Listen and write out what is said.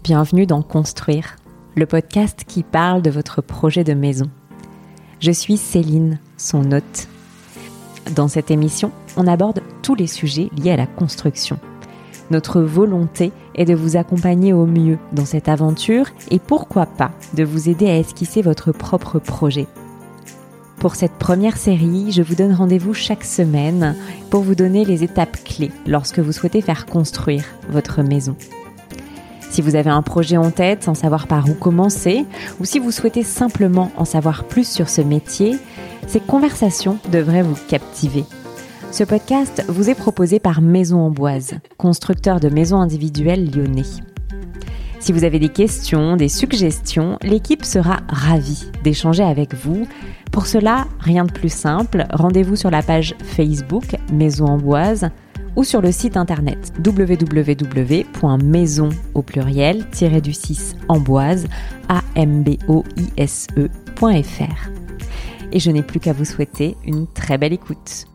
Bienvenue dans Construire, le podcast qui parle de votre projet de maison. Je suis Céline, son hôte. Dans cette émission, on aborde tous les sujets liés à la construction. Notre volonté est de vous accompagner au mieux dans cette aventure et pourquoi pas de vous aider à esquisser votre propre projet. Pour cette première série, je vous donne rendez-vous chaque semaine pour vous donner les étapes clés lorsque vous souhaitez faire construire votre maison. Si vous avez un projet en tête sans savoir par où commencer, ou si vous souhaitez simplement en savoir plus sur ce métier, ces conversations devraient vous captiver. Ce podcast vous est proposé par Maison Amboise, constructeur de maisons individuelles lyonnais. Si vous avez des questions, des suggestions, l'équipe sera ravie d'échanger avec vous. Pour cela, rien de plus simple, rendez-vous sur la page Facebook Maison Amboise ou sur le site internet www.maison-amboise.fr. Et je n'ai plus qu'à vous souhaiter une très belle écoute.